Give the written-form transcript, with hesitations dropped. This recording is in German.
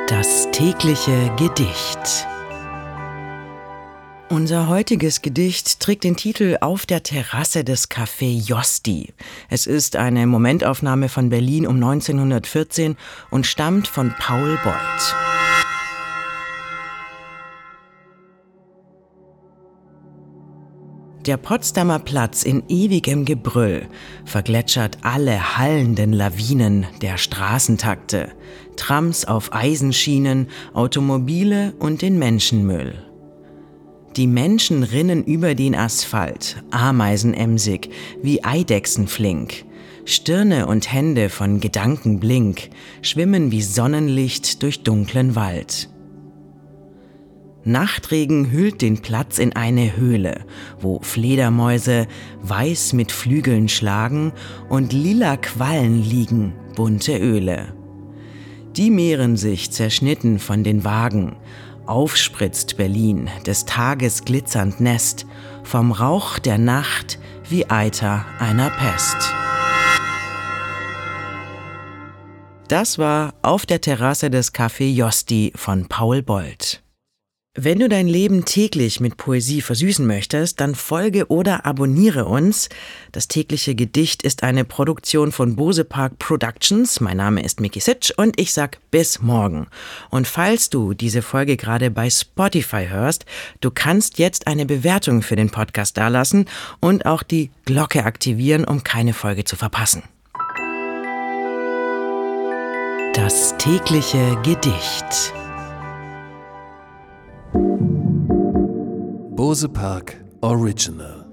Das tägliche Gedicht. Unser heutiges Gedicht trägt den Titel »Auf der Terrasse des Café Josti«. Es ist eine Momentaufnahme von Berlin um 1914 und stammt von Paul Bold. Der Potsdamer Platz in ewigem Gebrüll vergletschert alle hallenden Lawinen der Straßentakte, Trams auf Eisenschienen, Automobile und den Menschenmüll. Die Menschen rinnen über den Asphalt, ameisenemsig, wie Eidechsen flink. Stirne und Hände von Gedankenblink schwimmen wie Sonnenlicht durch dunklen Wald. Nachtregen hüllt den Platz in eine Höhle, wo Fledermäuse weiß mit Flügeln schlagen und lila Quallen liegen, bunte Öle. Die mehren sich zerschnitten von den Wagen. Aufspritzt Berlin, des Tages glitzernd Nest, vom Rauch der Nacht wie Eiter einer Pest. Das war »Auf der Terrasse des Café Josti« von Paul Bold. Wenn du dein Leben täglich mit Poesie versüßen möchtest, dann folge oder abonniere uns. Das tägliche Gedicht ist eine Produktion von Bosepark Productions. Mein Name ist Miki Sitsch und ich sag bis morgen. Und falls du diese Folge gerade bei Spotify hörst, du kannst jetzt eine Bewertung für den Podcast dalassen und auch die Glocke aktivieren, um keine Folge zu verpassen. Das tägliche Gedicht. Bosepark Original.